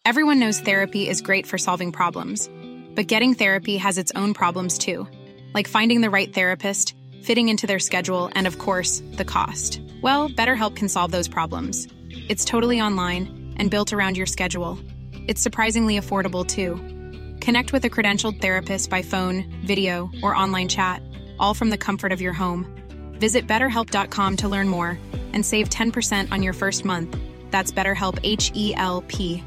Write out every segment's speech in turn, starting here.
Everyone knows therapy is great for solving problems, but getting therapy has its own problems too, like finding the right therapist, fitting into their schedule, and of course, the cost. Well, BetterHelp can solve those problems. It's totally online and built around your schedule. It's surprisingly affordable too. Connect with a credentialed therapist by phone, video, or online chat, all from the comfort of your home. Visit BetterHelp.com to learn more and save 10% on your first month. That's BetterHelp, H-E-L-P.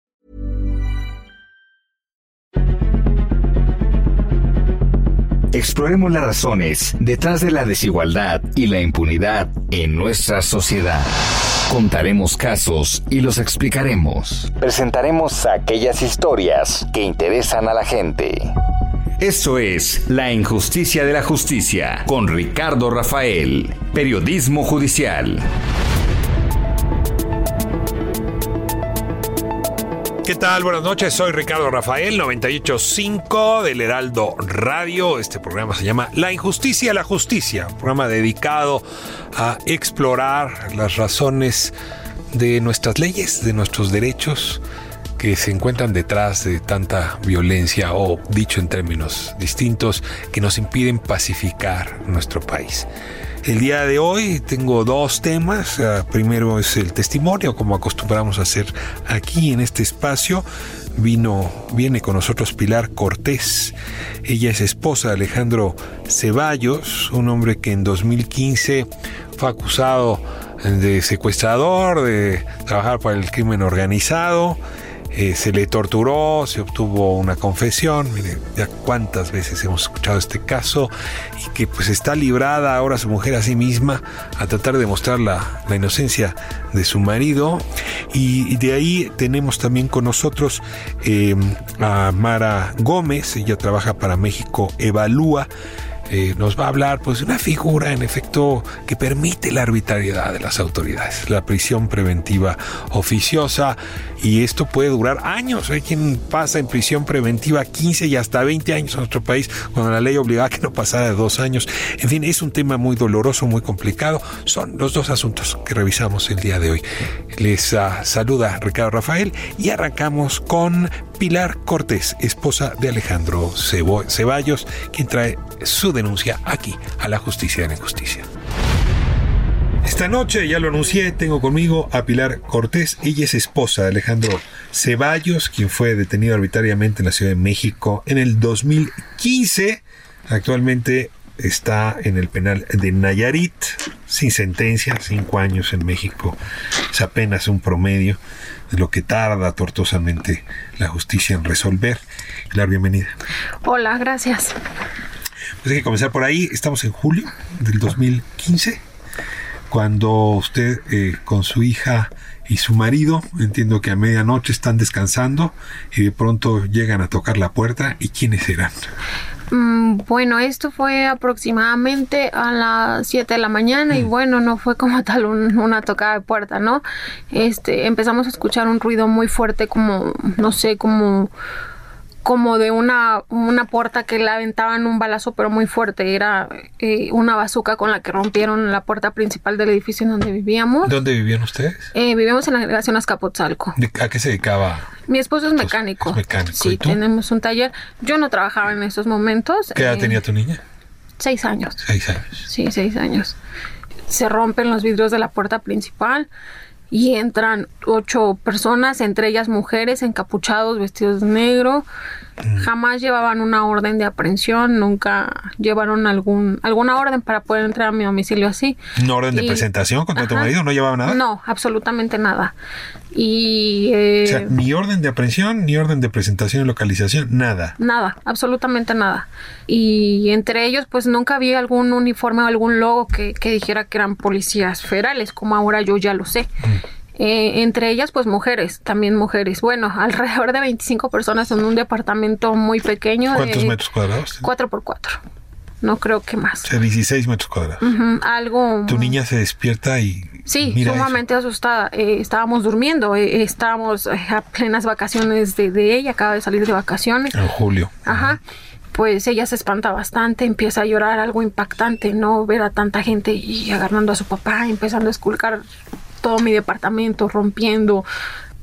Exploremos las razones detrás de la desigualdad y la impunidad en nuestra sociedad. Contaremos casos y los explicaremos. Presentaremos aquellas historias que interesan a la gente. Esto es La Injusticia de la Justicia, con Ricardo Rafael, periodismo judicial. ¿Qué tal? Buenas noches, soy Ricardo Rafael, 98.5 del Heraldo Radio. Este programa se llama La Injusticia de la Justicia, un programa dedicado a explorar las razones de nuestras leyes, de nuestros derechos que se encuentran detrás de tanta violencia o, dicho en términos distintos, que nos impiden pacificar nuestro país. El día de hoy tengo dos temas. Primero es el testimonio, como acostumbramos a hacer aquí en este espacio. Viene con nosotros Pilar Cortés. Ella es esposa de Alejandro Ceballos, un hombre que en 2015 fue acusado de secuestrador, de trabajar para el crimen organizado. Se le torturó, se obtuvo una confesión. Mire, ya cuántas veces hemos escuchado este caso, y que pues está librada ahora su mujer a sí misma a tratar de demostrar la inocencia de su marido. Y de ahí tenemos también con nosotros a Mara Gómez. Ella trabaja para México Evalúa. Nos va a hablar pues de una figura en efecto que permite la arbitrariedad de las autoridades, la prisión preventiva oficiosa, y esto puede durar años. Hay quien pasa en prisión preventiva 15 y hasta 20 años en nuestro país, cuando la ley obligaba a que no pasara de 2 años. En fin, es un tema muy doloroso, muy complicado. Son los dos asuntos que revisamos el día de hoy. Les saluda Ricardo Rafael y arrancamos con Pilar Cortés, esposa de Alejandro Ceballos, quien trae su denuncia aquí a La Justicia de la Injusticia. Esta noche, ya lo anuncié, tengo conmigo a Pilar Cortés. Ella es esposa de Alejandro Ceballos, quien fue detenido arbitrariamente en la Ciudad de México en el 2015. Actualmente está en el penal de Nayarit, sin sentencia, 5 años en México. Es apenas un promedio de lo que tarda tortuosamente la justicia en resolver. Pilar, bienvenida. Hola, gracias. Pues hay que comenzar por ahí. Estamos en julio del 2015, cuando usted con su hija y su marido, entiendo que a medianoche están descansando y de pronto llegan a tocar la puerta. ¿Y quiénes eran? Bueno, esto fue aproximadamente a las 7 de la mañana y bueno, no fue como tal una tocada de puerta, ¿no? Empezamos a escuchar un ruido muy fuerte, como, no sé, como de una puerta que le aventaban un balazo, pero muy fuerte. Era una bazuca con la que rompieron la puerta principal del edificio en donde vivíamos. ¿Dónde vivían ustedes? Vivíamos en la delegación Azcapotzalco. ¿A qué se dedicaba? Mi esposo es mecánico. Es mecánico. Sí, tenemos un taller. Yo no trabajaba en esos momentos. ¿Qué edad tenía tu niña? 6 años. 6 años. Sí, 6 años. Se rompen los vidrios de la puerta principal y entran 8 personas, entre ellas mujeres, encapuchados, vestidos de negro. Jamás llevaban una orden de aprehensión, nunca llevaron alguna orden para poder entrar a mi domicilio así. ¿Una orden de presentación contra tu marido? ¿No llevaba nada? No, absolutamente nada. Y o sea, ni orden de aprehensión, ni orden de presentación y localización, nada. Nada, absolutamente nada. Y entre ellos, pues nunca había algún uniforme o algún logo que dijera que eran policías federales, como ahora yo ya lo sé. Entre ellas, pues también mujeres. Bueno, alrededor de 25 personas en un departamento muy pequeño. ¿Cuántos metros cuadrados? 4x4. No creo que más. O sea, 16 metros cuadrados. Algo. Tu niña se despierta y sí, sumamente asustada. Estábamos durmiendo. Estábamos a plenas vacaciones de ella. Acaba de salir de vacaciones. En julio. Ajá. Pues ella se espanta bastante, empieza a llorar, algo impactante, ¿no? Ver a tanta gente y agarrando a su papá, empezando a esculcar todo mi departamento, rompiendo.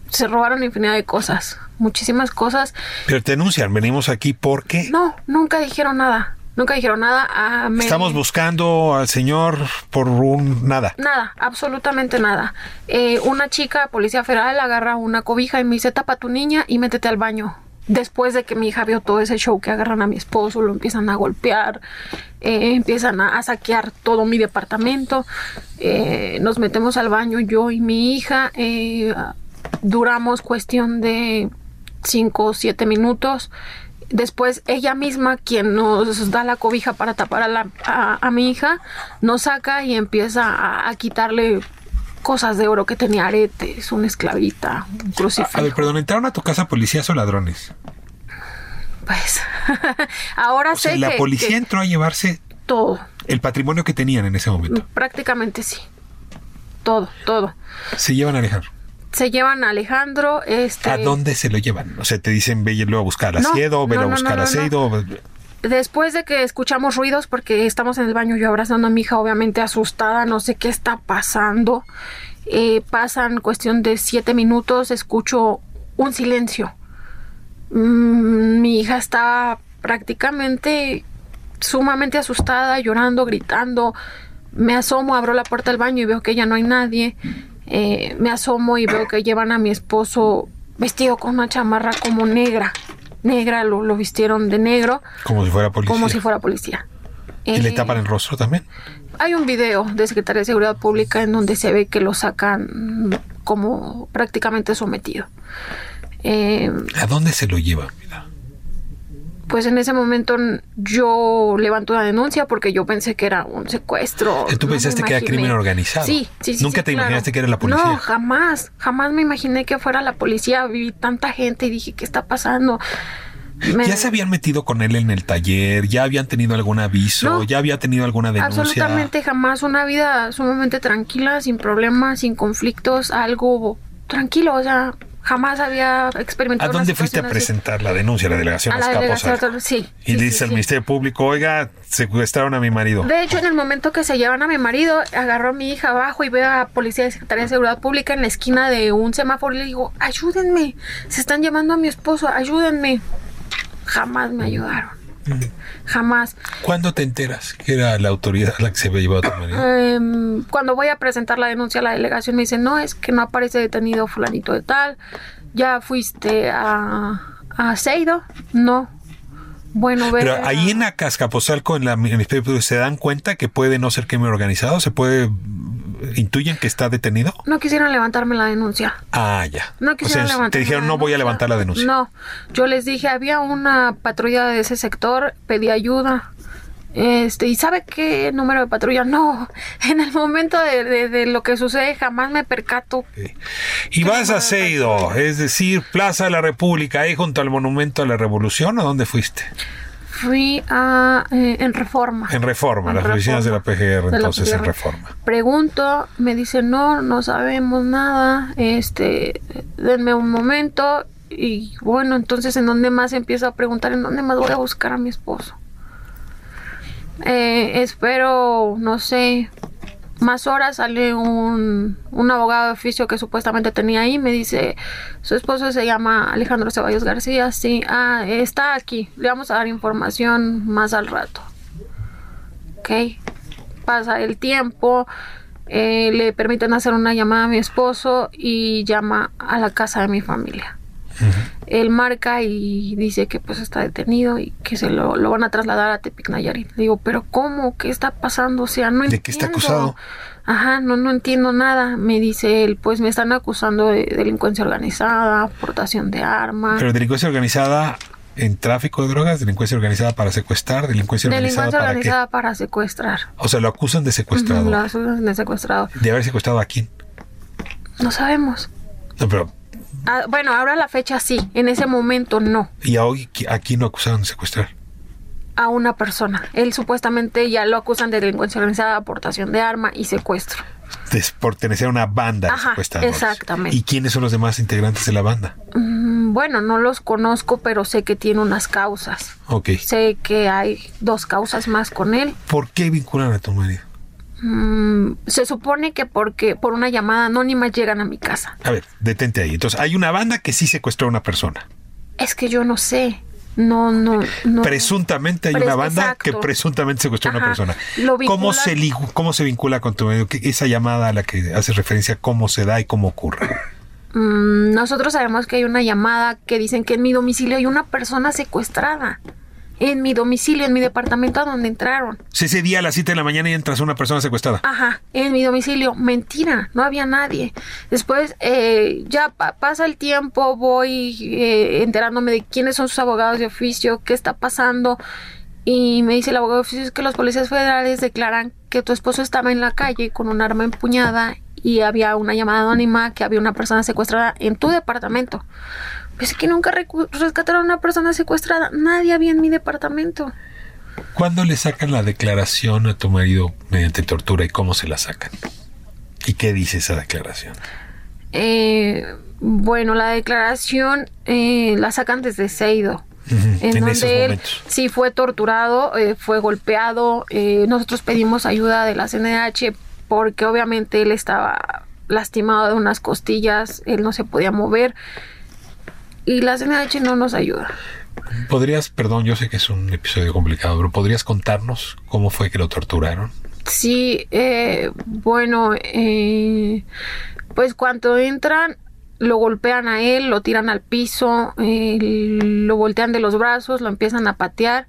se robaron infinidad de cosas, muchísimas cosas. Pero te denuncian, venimos aquí porque... No, nunca dijeron nada. Estamos buscando al señor por nada. Nada, absolutamente nada. Una chica, policía federal, agarra una cobija y me dice, tapa a tu niña y métete al baño. Después de que mi hija vio todo ese show, que agarran a mi esposo, lo empiezan a golpear, empiezan a saquear todo mi departamento. Nos metemos al baño, yo y mi hija. Duramos cuestión de 5 o 7 minutos. Después ella misma, quien nos da la cobija para tapar a mi hija, nos saca y empieza a quitarle cosas de oro que tenía, aretes, una esclavita, un crucifijo. A ver, perdón, ¿entraron a tu casa policías o ladrones? Pues ahora sé que... la policía entró a llevarse... todo. El patrimonio que tenían en ese momento. Prácticamente sí. Todo. Se llevan a Alejandro. Se llevan a Alejandro. ¿A dónde se lo llevan? O sea, te dicen, velo a buscar a Seido, velo a buscar a Seido. Después de que escuchamos ruidos, porque estamos en el baño, yo abrazando a mi hija, obviamente asustada, no sé qué está pasando. Pasan cuestión de 7 minutos, escucho un silencio. Mi hija está prácticamente sumamente asustada, llorando, gritando. Me asomo, abro la puerta del baño y veo que ya no hay nadie. Me asomo y veo que llevan a mi esposo vestido con una chamarra como negra, lo vistieron de negro. Como si fuera policía. ¿Y le tapan el rostro también? Hay un video de Secretaría de Seguridad Pública en donde se ve que lo sacan como prácticamente sometido. ¿A dónde se lo llevan? Pues en ese momento yo levanto una denuncia porque yo pensé que era un secuestro. ¿Tú pensaste que era crimen organizado? Sí. ¿Nunca te imaginaste que era la policía? No, jamás me imaginé que fuera la policía. Vi tanta gente y dije, ¿qué está pasando? ¿Ya se habían metido con él en el taller? ¿Ya habían tenido algún aviso? No, ¿ya había tenido alguna denuncia? Absolutamente jamás. Una vida sumamente tranquila, sin problemas, sin conflictos, algo tranquilo, o sea... Jamás había experimentado. ¿A dónde fuiste a presentar la denuncia? ¿A la delegación Azcapotzalco? Sí. Y dice al Ministerio Público, oiga, secuestraron a mi marido. De hecho, en el momento que se llevan a mi marido, agarró a mi hija abajo y veo a policía de Secretaría de Seguridad Pública en la esquina de un semáforo y le digo, ayúdenme, se están llevando a mi esposo, ayúdenme. Jamás me ayudaron. Jamás. ¿Cuándo te enteras que era la autoridad la que se había llevado a tu marido? Cuando voy a presentar la denuncia a la delegación me dicen, no, es que no aparece detenido fulanito de tal. ¿Ya fuiste a Seido? No. Bueno, pero ahí en Azcapotzalco, en el Ministerio Público, ¿se dan cuenta que puede no ser crimen organizado? ¿Se puede... ¿Intuyen que está detenido? No quisieron levantarme la denuncia. Ah, ya. No quisieron levantarme. Te dijeron, no voy a levantar la denuncia. No, yo les dije, había una patrulla de ese sector, pedí ayuda. ¿Y sabe qué número de patrulla? No, en el momento de lo que sucede jamás me percato. ¿Y vas a Seido, es decir, Plaza de la República, ahí junto al Monumento a la Revolución, o dónde fuiste? Fui en Reforma. En Reforma, las oficinas de la PGR, entonces en Reforma. Pregunto, me dicen, no sabemos nada, denme un momento, y bueno, entonces, ¿en dónde más empiezo a preguntar? ¿En dónde más voy a buscar a mi esposo? Espero, no sé, más horas. Sale un abogado de oficio que supuestamente tenía ahí, me dice, su esposo se llama Alejandro Ceballos García. Sí, está aquí, le vamos a dar información más al rato. Ok, pasa el tiempo, le permiten hacer una llamada a mi esposo y llama a la casa de mi familia. Él marca y dice que pues está detenido y que se lo van a trasladar a Tepic, Nayarit. Le digo, ¿pero cómo? ¿Qué está pasando? O sea, no entiendo. ¿De qué está acusado? Ajá, no entiendo nada. Me dice él, pues me están acusando de delincuencia organizada, portación de armas. Pero delincuencia organizada en tráfico de drogas, delincuencia organizada para secuestrar, delincuencia organizada para secuestrar. O sea, lo acusan de secuestrador. Lo acusan de secuestrador. ¿De haber secuestrado a quién? No sabemos. No, pero... bueno, ahora la fecha sí, en ese momento no. ¿Y hoy a quién lo acusaron de secuestrar? A una persona. Él supuestamente ya lo acusan de delincuencia organizada, aportación de arma y secuestro. De pertenecer a una banda de secuestradores. Exactamente. ¿Y quiénes son los demás integrantes de la banda? Bueno, no los conozco, pero sé que tiene unas causas. Ok. Sé que hay 2 causas más con él. ¿Por qué vinculan a tu marido? Se supone que porque por una llamada anónima llegan a mi casa. A ver, detente ahí. Entonces, hay una banda que sí secuestró a una persona. Es que yo no sé. No. Presuntamente hay una banda exacto. que presuntamente secuestró a una persona. Lo ¿Cómo vinculan- se vincula con tu medio? Esa llamada a la que hace referencia, ¿cómo se da y cómo ocurre? Nosotros sabemos que hay una llamada que dicen que en mi domicilio hay una persona secuestrada. En mi domicilio, en mi departamento a donde entraron. Si ese día a las 7 de la mañana y entras una persona secuestrada. Ajá, en mi domicilio. Mentira, no había nadie. Después ya pasa el tiempo, voy enterándome de quiénes son sus abogados de oficio, qué está pasando. Y me dice el abogado de oficio que los policías federales declaran que tu esposo estaba en la calle con un arma empuñada y había una llamada anónima que había una persona secuestrada en tu departamento. Pues es que nunca rescataron a una persona secuestrada. Nadie había en mi departamento. ¿Cuándo le sacan la declaración a tu marido mediante tortura y cómo se la sacan? ¿Y qué dice esa declaración? Bueno, la declaración la sacan desde Seido. En esos donde él momentos. sí fue torturado, fue golpeado. Nosotros pedimos ayuda de la CNDH porque obviamente él estaba lastimado de unas costillas, él no se podía mover y la CNDH no nos ayuda. ¿Podrías, perdón, yo sé que es un episodio complicado, pero ¿podrías contarnos cómo fue que lo torturaron? Sí, bueno, pues cuando entran lo golpean a él, lo tiran al piso, lo voltean de los brazos, lo empiezan a patear.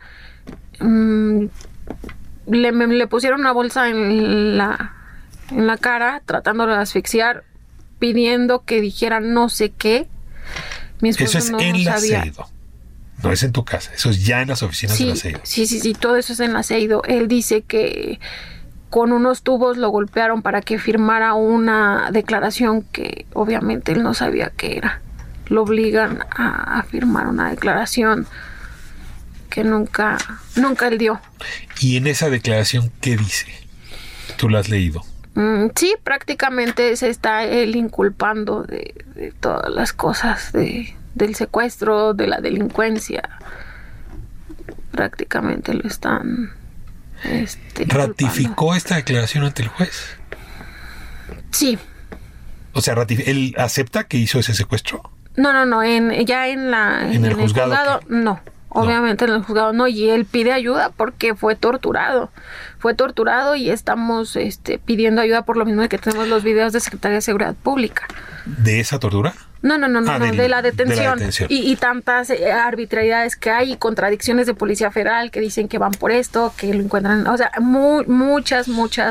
Le pusieron una bolsa en la cara, tratándolo de asfixiar, pidiendo que dijera no sé qué. Mi esposo Eso es no en la sabía. Seido. No es en tu casa, eso es ya en las oficinas de la Seido. Sí, todo eso es en la Seido. Él dice que con unos tubos lo golpearon para que firmara una declaración que obviamente él no sabía qué era. Lo obligan a firmar una declaración que nunca él dio. ¿Y en esa declaración qué dice? ¿Tú la has leído? Sí, prácticamente se está él inculpando de todas las cosas, del secuestro, de la delincuencia. Prácticamente lo están ¿Ratificó culpando. esta declaración ante el juez? Sí. O sea, ¿él acepta que hizo ese secuestro? No, en el juzgado no. Obviamente en el juzgado no, y él pide ayuda porque fue torturado y estamos pidiendo ayuda por lo mismo de que tenemos los videos de Secretaría de Seguridad Pública. ¿De esa tortura? No, de la detención. De la detención. Y tantas arbitrariedades que hay y contradicciones de Policía Federal que dicen que van por esto, que lo encuentran, o sea, muchas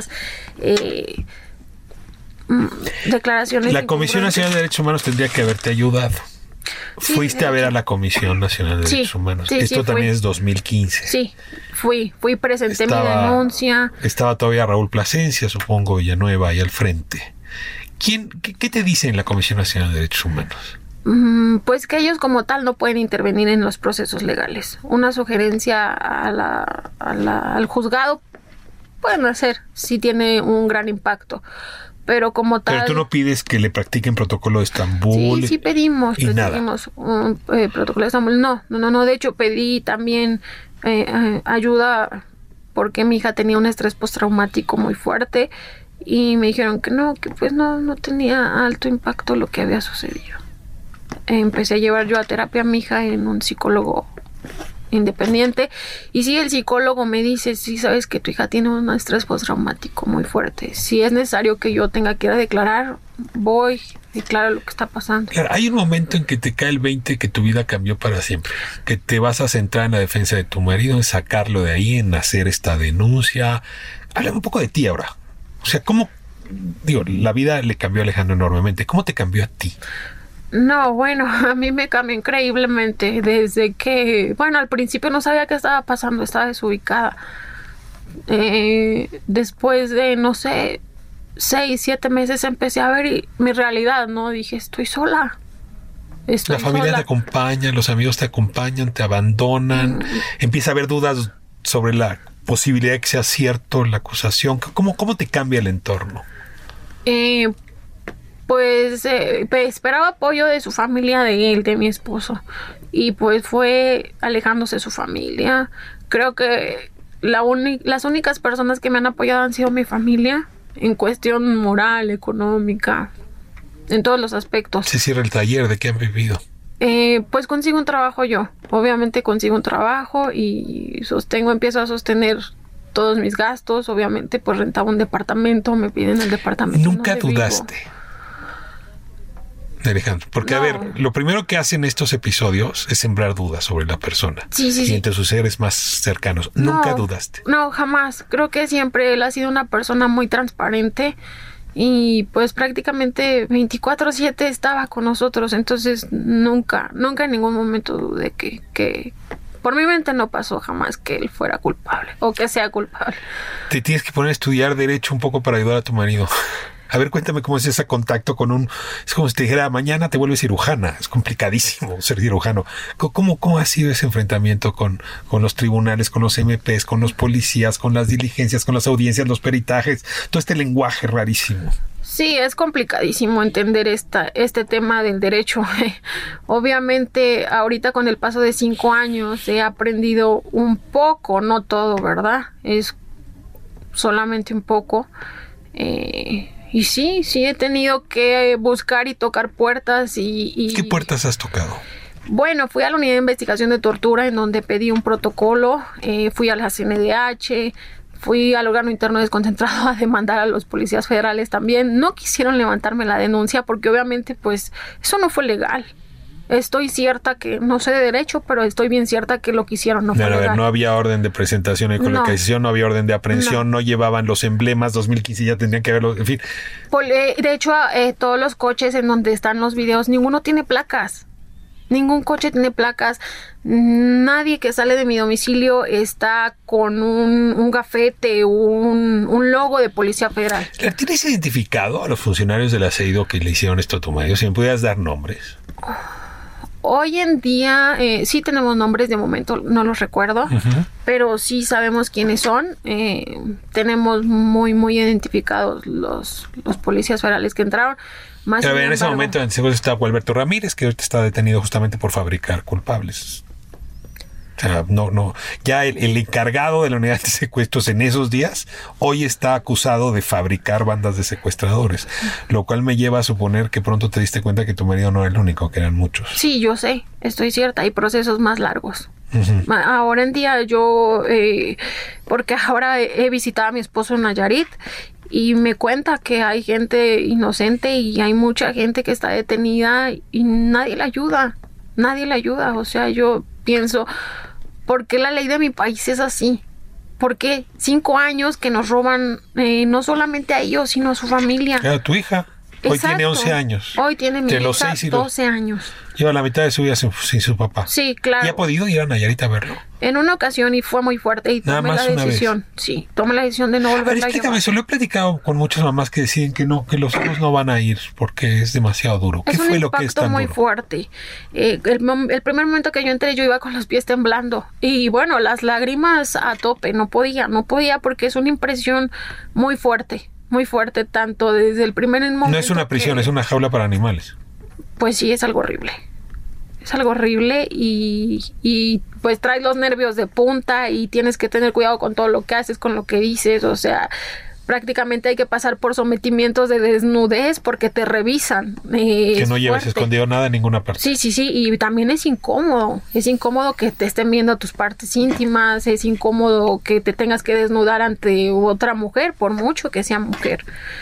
declaraciones. La Comisión Nacional de Derechos Humanos tendría que haberte ayudado. Sí, Fuiste a ver a la Comisión Nacional de Derechos Humanos. Esto también es 2015. Sí, fui, presenté mi denuncia. Estaba todavía Raúl Plasencia, supongo, Villanueva, ahí al frente. ¿Qué te dice en la Comisión Nacional de Derechos Humanos? Pues que ellos como tal no pueden intervenir en los procesos legales. Una sugerencia al juzgado pueden hacer si tiene un gran impacto. Pero como tal... Pero tú no pides que le practiquen protocolo de Estambul. Sí, pedimos un protocolo de Estambul. No. De hecho, pedí también ayuda porque mi hija tenía un estrés postraumático muy fuerte y me dijeron que pues no tenía alto impacto lo que había sucedido. Empecé a llevar yo a terapia a mi hija en un psicólogo independiente y sí, el psicólogo me dice, sí, sabes que tu hija tiene un estrés postraumático muy fuerte, si es necesario que yo tenga que ir a declarar, voy, declaro lo que está pasando. Claro, hay un momento en que te cae el 20 que tu vida cambió para siempre, que te vas a centrar en la defensa de tu marido, en sacarlo de ahí, en hacer esta denuncia. Háblame un poco de ti ahora, o sea, ¿cómo? La vida le cambió a Alejandro enormemente, ¿cómo te cambió a ti? No, bueno, a mí me cambió increíblemente desde que, bueno, al principio no sabía qué estaba pasando, estaba desubicada. Después de, no sé, 6, 7 meses empecé a ver mi realidad, ¿no? Dije, estoy sola. La familia te acompaña, los amigos te acompañan, te abandonan, empieza a haber dudas sobre la posibilidad de que sea cierto la acusación. ¿Cómo te cambia el entorno? Pues esperaba apoyo de su familia, de él, de mi esposo. Y pues fue alejándose de su familia. Creo que las únicas personas que me han apoyado han sido mi familia, en cuestión moral, económica, en todos los aspectos. Se cierra el taller, ¿de qué han vivido? Pues consigo un trabajo yo. Obviamente consigo un trabajo y empiezo a sostener todos mis gastos. Obviamente pues rentaba un departamento, me piden el departamento. ¿Nunca dudaste, Alejandro? Porque, No. a ver, lo primero que hacen estos episodios es sembrar dudas sobre la persona. Sí. Y entre sus seres más cercanos. ¿Nunca dudaste? No, jamás. Creo que siempre él ha sido una persona muy transparente y pues prácticamente 24/7 estaba con nosotros. Entonces nunca en ningún momento dudé que por mi mente no pasó jamás que él fuera culpable o que sea culpable. Te tienes que poner a estudiar derecho un poco para ayudar a tu marido. A ver, cuéntame cómo es ese contacto con es como si te dijera, mañana te vuelves cirujana. Es complicadísimo ser cirujano. ¿Cómo ha sido ese enfrentamiento con los tribunales, con los MPs, con los policías, con las diligencias, con las audiencias, los peritajes? Todo este lenguaje rarísimo. Sí, es complicadísimo entender este tema del derecho. Obviamente, ahorita con el paso de 5 años he aprendido un poco, no todo, ¿verdad? Es solamente un poco. Y sí he tenido que buscar y tocar puertas y... ¿Qué puertas has tocado? Bueno, fui a la unidad de investigación de tortura en donde pedí un protocolo, fui a la CNDH, fui al órgano interno desconcentrado a demandar a los policías federales también. No quisieron levantarme la denuncia porque obviamente pues eso no fue legal. Estoy cierta que, no sé de derecho, pero estoy bien cierta que lo que hicieron no fue legal. A ver, no había orden de presentación y colocación, no había orden de aprehensión, no llevaban los emblemas, 2015 ya tendrían que haberlo, en fin. De hecho, todos los coches en donde están los videos, ninguno tiene placas. Ningún coche tiene placas. Nadie que sale de mi domicilio está con un gafete, un logo de Policía Federal. ¿Tienes identificado a los funcionarios del ASEIDO que le hicieron esto a tu marido? Si me pudieras dar nombres. Hoy en día sí tenemos nombres, de momento no los recuerdo, pero sí sabemos quiénes son. Tenemos muy identificados los policías federales que entraron. Pero en ese momento en secuestro estaba Alberto Ramírez, que ahorita está detenido justamente por fabricar culpables. O sea, no. Ya el encargado de la unidad de secuestros en esos días, hoy está acusado de fabricar bandas de secuestradores, lo cual me lleva a suponer que pronto te diste cuenta que tu marido no era el único, que eran muchos. Sí, yo sé, estoy cierta, hay procesos más largos. Ahora en día yo, porque ahora he visitado a mi esposo en Nayarit y me cuenta que hay gente inocente y hay mucha gente que está detenida y nadie le ayuda. O sea, yo pienso, ¿por qué la ley de mi país es así? ¿Por qué 5 años que nos roban no solamente a ellos, sino a su familia? Era tu hija. Hoy Exacto. Tiene 11 años. Hoy tiene mi los hija 6 12 años. Lleva la mitad de su vida sin su papá. Sí, claro. ¿Y ha podido ir a Nayarit a verlo? En una ocasión y fue muy fuerte y tomé la decisión. Sí, tomé la decisión de no volverla a llevar. Eso lo he platicado con muchas mamás que deciden que no, que los hijos no van a ir porque es demasiado duro. ¿Qué fue lo que es tan duro? Es un impacto muy fuerte. El primer momento que yo entré yo iba con los pies temblando y bueno, las lágrimas a tope. No podía porque es una impresión muy fuerte, tanto desde el primer momento. No es una prisión, es una jaula para animales. Pues sí, es algo horrible. Es algo horrible y pues traes los nervios de punta y tienes que tener cuidado con todo lo que haces, con lo que dices. O sea, prácticamente hay que pasar por sometimientos de desnudez porque te revisan. Que no lleves escondido nada en ninguna parte. Sí, y también es incómodo. Es incómodo que te estén viendo tus partes íntimas, es incómodo que te tengas que desnudar ante otra mujer, por mucho que sea mujer.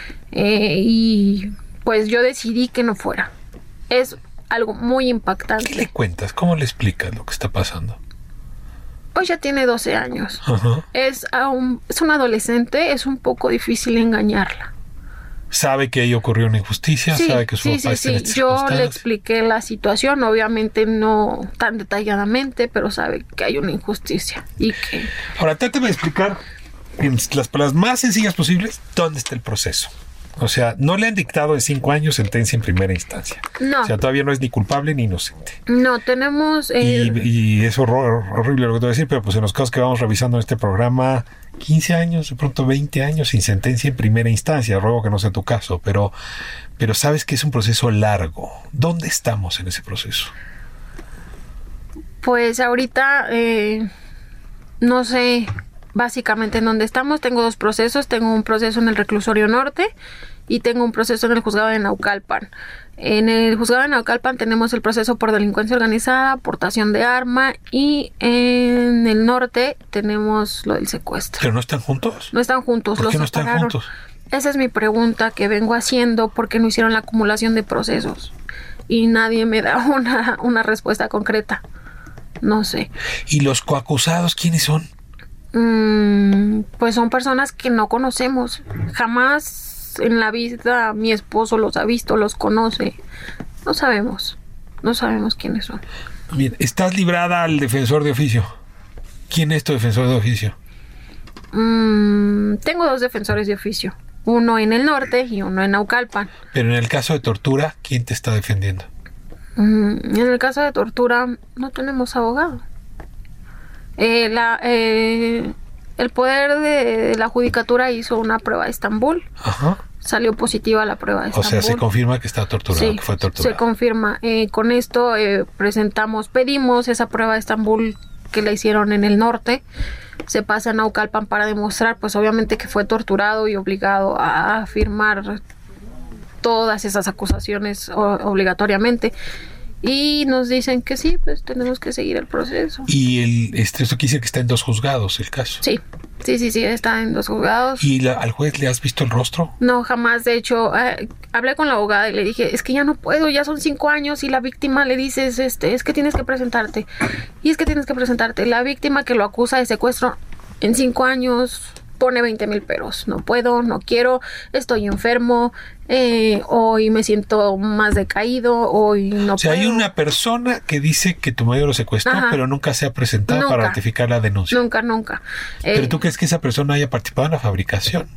Y pues yo decidí que no fuera. Es algo muy impactante. ¿Qué le cuentas? ¿Cómo le explicas lo que está pasando? Pues ya tiene 12 años. Ajá. Es una adolescente, es un poco difícil engañarla. ¿Sabe que ahí ocurrió una injusticia? Sí, ¿Sabe que su papá está en estas Yo circunstancias? le expliqué la situación, obviamente no tan detalladamente, pero sabe que hay una injusticia y que... Ahora, trátame de explicar en las palabras más sencillas posibles dónde está el proceso. O sea, no le han dictado en 5 años sentencia en primera instancia. No. O sea, todavía no es ni culpable ni inocente. No, tenemos... Y es horrible lo que te voy a decir, pero pues en los casos que vamos revisando en este programa, 15 años, de pronto 20 años sin sentencia en primera instancia. Ruego que no sea tu caso, pero sabes que es un proceso largo. ¿Dónde estamos en ese proceso? Pues ahorita, no sé... básicamente en donde estamos. Tengo 2 procesos, tengo un proceso en el reclusorio norte y tengo un proceso en el juzgado de Naucalpan. En el juzgado de Naucalpan tenemos el proceso por delincuencia organizada, portación de arma, y en el norte tenemos lo del secuestro. ¿Pero no están juntos? No están juntos. ¿Por qué no están separaron. juntos? Esa es mi pregunta que vengo haciendo, porque no hicieron la acumulación de procesos y nadie me da una respuesta concreta. No sé. ¿Y los coacusados quiénes son? Pues son personas que no conocemos. Jamás en la vida mi esposo los ha visto, los conoce. No sabemos quiénes son. Bien, estás librada al defensor de oficio. ¿Quién es tu defensor de oficio? Tengo 2 defensores de oficio. Uno en el norte y uno en Naucalpan. Pero en el caso de tortura, ¿quién te está defendiendo? En el caso de tortura no tenemos abogado. El poder de la judicatura hizo una prueba de Estambul. Ajá. Salió positiva la prueba de Estambul. O sea, se confirma que está torturado, sí, que fue torturado. Se confirma. Con esto pedimos esa prueba de Estambul que la hicieron en el norte. Se pasa a Naucalpan para demostrar, pues obviamente, que fue torturado y obligado a firmar todas esas acusaciones obligatoriamente. Y nos dicen que sí, pues tenemos que seguir el proceso. ¿Y esto quiere decir que está en 2 juzgados el caso? Sí, está en 2 juzgados. ¿Y al juez le has visto el rostro? No, jamás. De hecho, hablé con la abogada y le dije, es que ya no puedo, ya son 5 años, y la víctima le dice, es que tienes que presentarte. Y es que tienes que presentarte. La víctima que lo acusa de secuestro en 5 años pone 20,000 peros. No puedo, no quiero, estoy enfermo, hoy me siento más decaído, hoy no puedo. O sea, hay una persona que dice que tu marido lo secuestró, ajá, pero nunca se ha presentado para ratificar la denuncia. Nunca. ¿Pero tú crees que esa persona haya participado en la fabricación?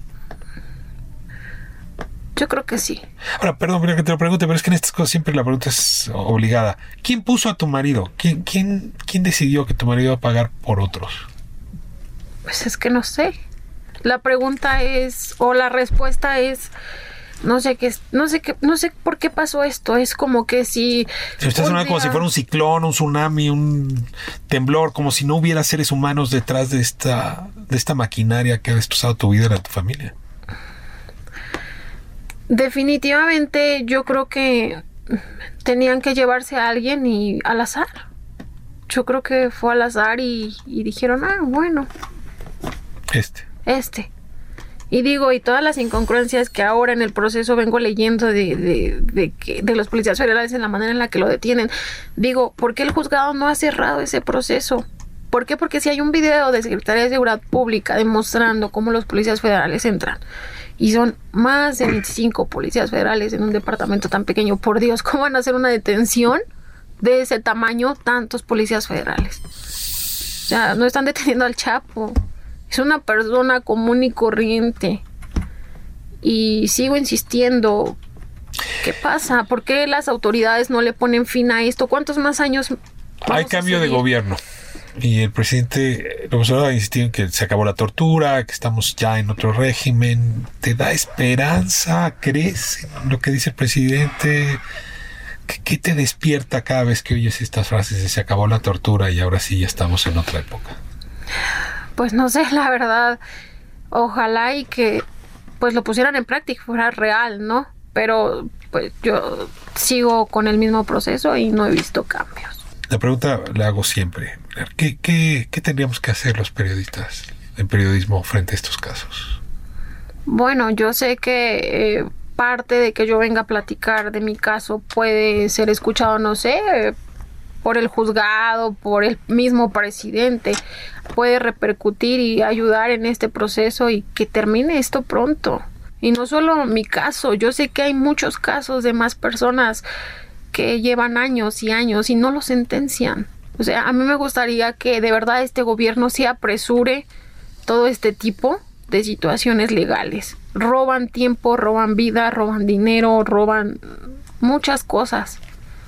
Yo creo que sí. Ahora, perdón que te lo pregunte, pero es que en estas cosas siempre la pregunta es obligada. ¿Quién puso a tu marido? ¿Quién decidió que tu marido iba a pagar por otros? Pues es que no sé. La pregunta es, o la respuesta es, no sé por qué pasó esto. Es como que si usted suena como si fuera un ciclón, un tsunami, un temblor, como si no hubiera seres humanos detrás de esta maquinaria que ha destrozado tu vida y la de tu familia. Definitivamente yo creo que tenían que llevarse a alguien y al azar. Yo creo que fue al azar y dijeron, bueno. Y digo, y todas las incongruencias que ahora en el proceso vengo leyendo de los policías federales en la manera en la que lo detienen. Digo, ¿por qué el juzgado no ha cerrado ese proceso? ¿Por qué? Porque si hay un video de Secretaría de Seguridad Pública demostrando cómo los policías federales entran, y son más de 25 policías federales en un departamento tan pequeño, por Dios, ¿cómo van a hacer una detención de ese tamaño tantos policías federales? O sea, no están deteniendo al Chapo. Es una persona común y corriente. Y sigo insistiendo. ¿Qué pasa? ¿Por qué las autoridades no le ponen fin a esto? ¿Cuántos más años? Hay cambio de gobierno. Y el presidente López Obrador ha insistido en que se acabó la tortura, que estamos ya en otro régimen. ¿Te da esperanza? ¿Crees en lo que dice el presidente? ¿Qué te despierta cada vez que oyes estas frases de se acabó la tortura y ahora sí ya estamos en otra época? Pues no sé, la verdad, ojalá y que pues lo pusieran en práctica, fuera real, ¿no? Pero pues yo sigo con el mismo proceso y no he visto cambios. La pregunta la hago siempre. ¿Qué tendríamos que hacer los periodistas en periodismo frente a estos casos? Bueno, yo sé que parte de que yo venga a platicar de mi caso puede ser escuchado, no sé, por el juzgado, por el mismo presidente, puede repercutir y ayudar en este proceso y que termine esto pronto. Y no solo mi caso, yo sé que hay muchos casos de más personas que llevan años y años y no lo sentencian. O sea, a mí me gustaría que de verdad este gobierno se apresure todo este tipo de situaciones legales. Roban tiempo, roban vida, roban dinero, roban muchas cosas.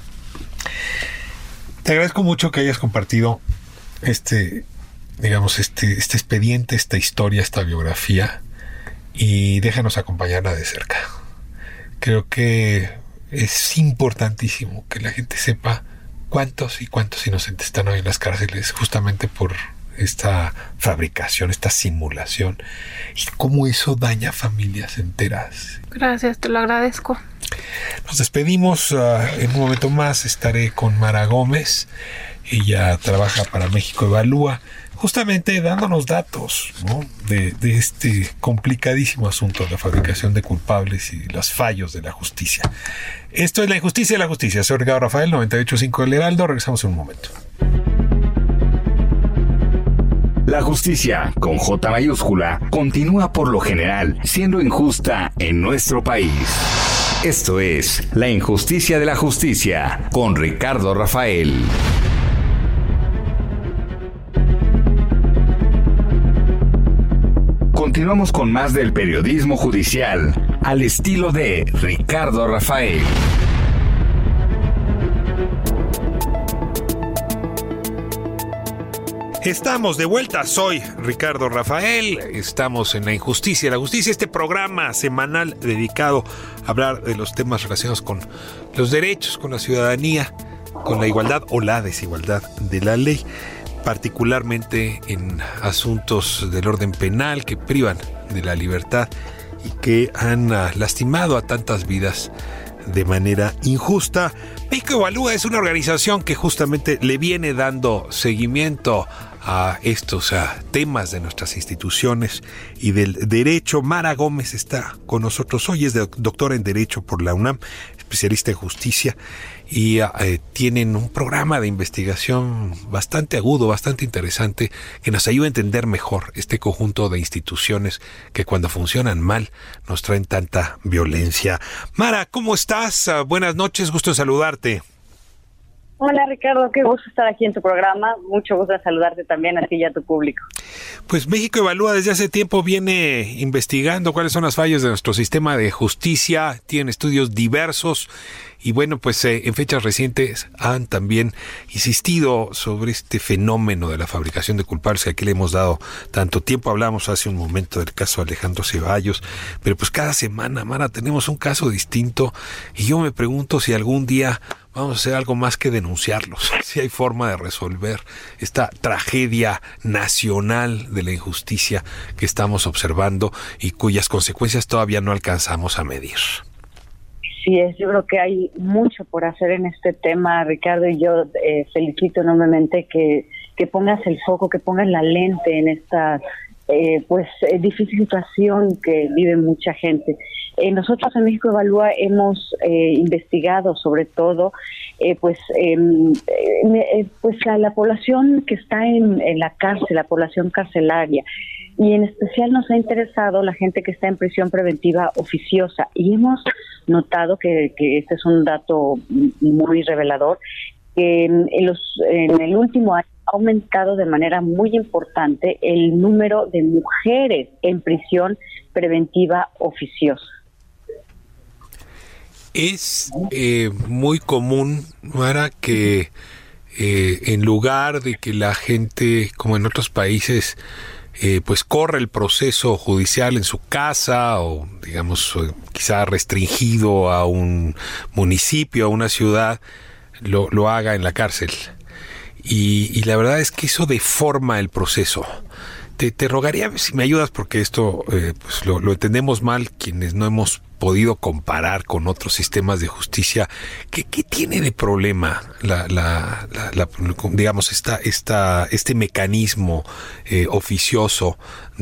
Te agradezco mucho que hayas compartido este expediente, esta historia, esta biografía, y déjanos acompañarla de cerca. Creo que es importantísimo que la gente sepa cuántos y cuántos inocentes están hoy en las cárceles justamente por esta fabricación, esta simulación, y cómo eso daña familias enteras. Gracias, te lo agradezco. Nos despedimos. En un momento más estaré con Mara Gómez. Ella trabaja para México Evalúa, justamente dándonos datos, ¿no?, de este complicadísimo asunto de la fabricación de culpables y los fallos de la justicia. Esto es La Injusticia de la Justicia. Soy Ricardo Rafael, 98.5 del Heraldo. Regresamos en un momento. La justicia, con J mayúscula, continúa por lo general siendo injusta en nuestro país. Esto es La Injusticia de la Justicia, con Ricardo Rafael. Continuamos con más del periodismo judicial, al estilo de Ricardo Rafael. Estamos de vuelta, soy Ricardo Rafael, estamos en La Injusticia de la Justicia, este programa semanal dedicado a hablar de los temas relacionados con los derechos, con la ciudadanía, con la igualdad o la desigualdad de la ley, particularmente en asuntos del orden penal que privan de la libertad y que han lastimado a tantas vidas de manera injusta. México Evalúa es una organización que justamente le viene dando seguimiento a estos temas de nuestras instituciones y del derecho. Mara Gómez está con nosotros hoy, es doctora en Derecho por la UNAM, especialista en justicia, y tienen un programa de investigación bastante agudo, bastante interesante, que nos ayuda a entender mejor este conjunto de instituciones que cuando funcionan mal nos traen tanta violencia. Mara, ¿cómo estás? Buenas noches, gusto en saludarte. Hola Ricardo, qué gusto estar aquí en tu programa, mucho gusto de saludarte también a ti y a tu público. Pues México Evalúa desde hace tiempo viene investigando cuáles son las fallas de nuestro sistema de justicia, tiene estudios diversos y bueno, pues en fechas recientes han también insistido sobre este fenómeno de la fabricación de culpables, que aquí le hemos dado tanto tiempo. Hablamos hace un momento del caso Alejandro Ceballos, pero pues cada semana, Mara, tenemos un caso distinto y yo me pregunto si algún día vamos a hacer algo más que denunciarlos, si hay forma de resolver esta tragedia nacional de la injusticia que estamos observando y cuyas consecuencias todavía no alcanzamos a medir. Sí, yo creo que hay mucho por hacer en este tema, Ricardo, y yo felicito enormemente que pongas el foco, que pongas la lente en esta difícil situación que vive mucha gente. Nosotros en México Evalúa hemos investigado sobre todo la población que está en la cárcel, la población carcelaria, y en especial nos ha interesado la gente que está en prisión preventiva oficiosa, y hemos notado que este es un dato muy revelador, que en el último año ha aumentado de manera muy importante el número de mujeres en prisión preventiva oficiosa. Es muy común, Mara, que en lugar de que la gente, como en otros países, pues corre el proceso judicial en su casa o digamos quizá restringido a un municipio, a una ciudad, lo haga en la cárcel. Y la verdad es que eso deforma el proceso. Te rogaría si me ayudas, porque esto pues lo entendemos mal quienes no hemos podido comparar con otros sistemas de justicia. ¿Qué tiene de problema digamos este mecanismo oficioso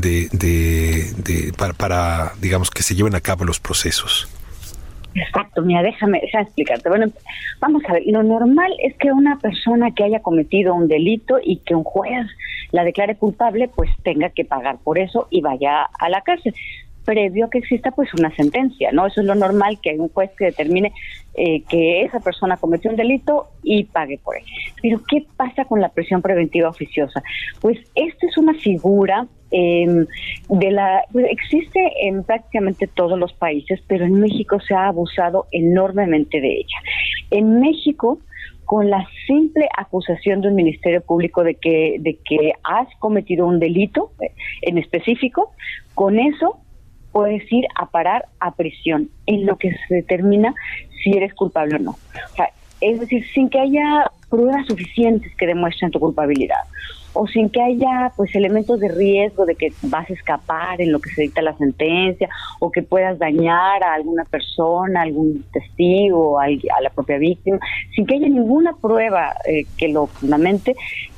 para digamos que se lleven a cabo los procesos? Exacto, mira, déjame explicarte. Bueno, vamos a ver, lo normal es que una persona que haya cometido un delito y que un juez la declare culpable, pues tenga que pagar por eso y vaya a la cárcel, previo a que exista pues una sentencia, ¿no? Eso es lo normal, que hay un juez que determine que esa persona cometió un delito y pague por él. Pero ¿qué pasa con la prisión preventiva oficiosa? Pues esta es una figura existe en prácticamente todos los países, pero en México se ha abusado enormemente de ella. En México, con la simple acusación de un ministerio público de que has cometido un delito en específico, con eso puedes ir a parar a prisión, en lo que se determina si eres culpable o no. O sea, es decir, sin que haya pruebas suficientes que demuestren tu culpabilidad, o sin que haya pues elementos de riesgo de que vas a escapar en lo que se dicta la sentencia, o que puedas dañar a alguna persona, algún testigo, a la propia víctima, sin que haya ninguna prueba que lo fundamente,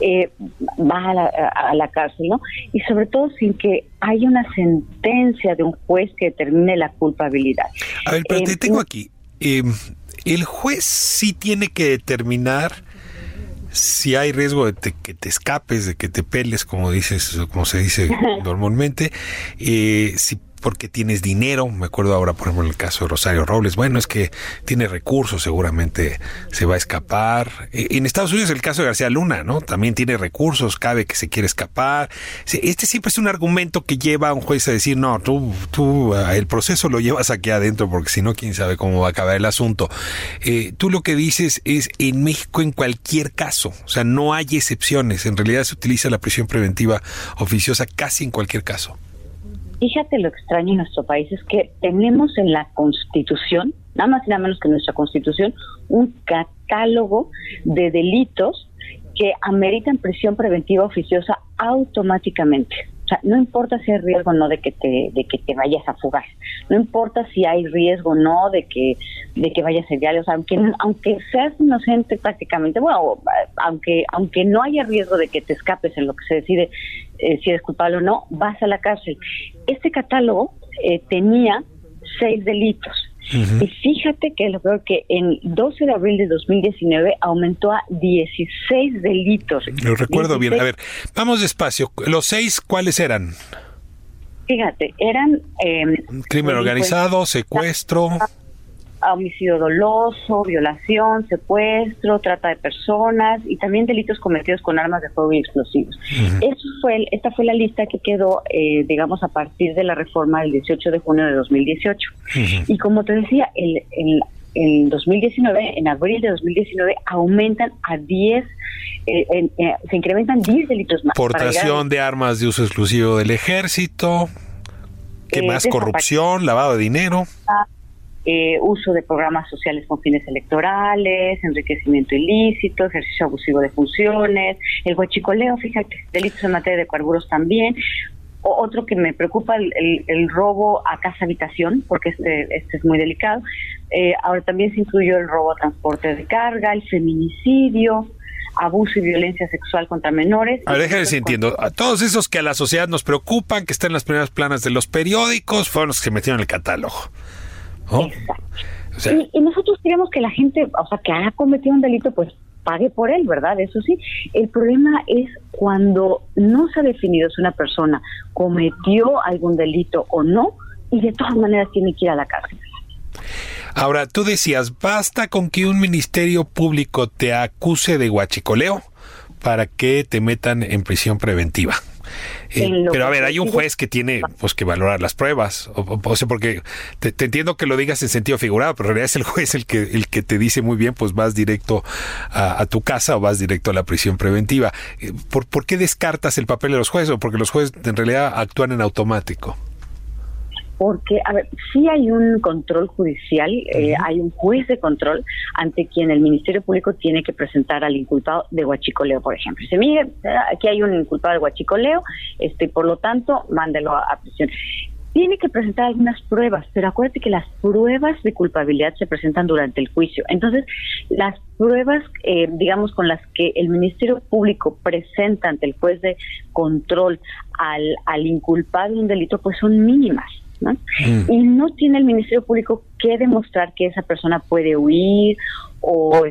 vas a la cárcel, ¿no? Y sobre todo sin que haya una sentencia de un juez que determine la culpabilidad. A ver, pero te tengo aquí. El juez sí tiene que determinar si hay riesgo de que te escapes, de que te peles, como se dice normalmente, si porque tienes dinero. Me acuerdo ahora, por ejemplo, en el caso de Rosario Robles, bueno, es que tiene recursos, seguramente se va a escapar. En Estados Unidos el caso de García Luna, ¿no? También tiene recursos, cabe que se quiere escapar. Este siempre es un argumento que lleva a un juez a decir, no, tú el proceso lo llevas aquí adentro, porque si no, quién sabe cómo va a acabar el asunto. Tú lo que dices es, en México, en cualquier caso, o sea, no hay excepciones. En realidad se utiliza la prisión preventiva oficiosa casi en cualquier caso. Fíjate lo extraño en nuestro país, es que tenemos en la Constitución, nada más y nada menos que en nuestra Constitución, un catálogo de delitos que ameritan prisión preventiva oficiosa automáticamente. O sea, no importa si hay riesgo o no de que te vayas a fugar, no importa si hay riesgo o no de que vayas a ir, o sea, aunque seas inocente prácticamente, bueno, aunque no haya riesgo de que te escapes en lo que se decide si eres culpable o no, vas a la cárcel. Este catálogo tenía 6 delitos. Uh-huh. Y fíjate que lo peor, que en 12 de abril de 2019 aumentó a 16 delitos. Lo recuerdo 16. Bien. A ver, vamos despacio. ¿Los 6 cuáles eran? Fíjate, eran... crimen organizado, secuestro... homicidio doloso, violación, secuestro, trata de personas y también delitos cometidos con armas de fuego y explosivos. Uh-huh. Esta fue la lista que quedó, digamos, a partir de la reforma del 18 de junio de 2018. Uh-huh. Y como te decía, en 2019, en abril de 2019, aumentan a 10, se incrementan 10 delitos más. Portación de armas de uso exclusivo del ejército, ¿qué más? Corrupción, lavado de dinero. Uso de programas sociales con fines electorales, enriquecimiento ilícito, ejercicio abusivo de funciones, el huachicoleo, fíjate, delitos en materia de carburos también. Otro que me preocupa, el robo a casa habitación, porque este es muy delicado. Ahora también se incluyó el robo a transporte de carga, el feminicidio, abuso y violencia sexual contra menores. A ver, déjame si entiendo. A todos esos que a la sociedad nos preocupan, que están en las primeras planas de los periódicos, fueron los que se metieron en el catálogo. ¿Oh? Exacto. O sea, y nosotros queremos que la gente, o sea, que haya cometido un delito, pues pague por él, ¿verdad? Eso sí. El problema es cuando no se ha definido si una persona cometió algún delito o no, y de todas maneras tiene que ir a la cárcel. Ahora, tú decías, basta con que un ministerio público te acuse de huachicoleo para que te metan en prisión preventiva. Pero a ver, hay un juez que tiene pues que valorar las pruebas, o sea, porque te entiendo que lo digas en sentido figurado, pero en realidad es el juez el que te dice muy bien, pues vas directo a tu casa o vas directo a la prisión preventiva. ¿Por qué descartas el papel de los jueces? ¿O porque los jueces en realidad actúan en automático? Porque, a ver, sí hay un control judicial, hay un juez de control ante quien el Ministerio Público tiene que presentar al inculpado de huachicoleo, por ejemplo. Dice, mire, aquí hay un inculpado de huachicoleo, por lo tanto, mándelo a prisión. Tiene que presentar algunas pruebas, pero acuérdate que las pruebas de culpabilidad se presentan durante el juicio. Entonces, las pruebas, digamos, con las que el Ministerio Público presenta ante el juez de control al inculpado de un delito, pues son mínimas, ¿no? Y no tiene el Ministerio Público que demostrar que esa persona puede huir o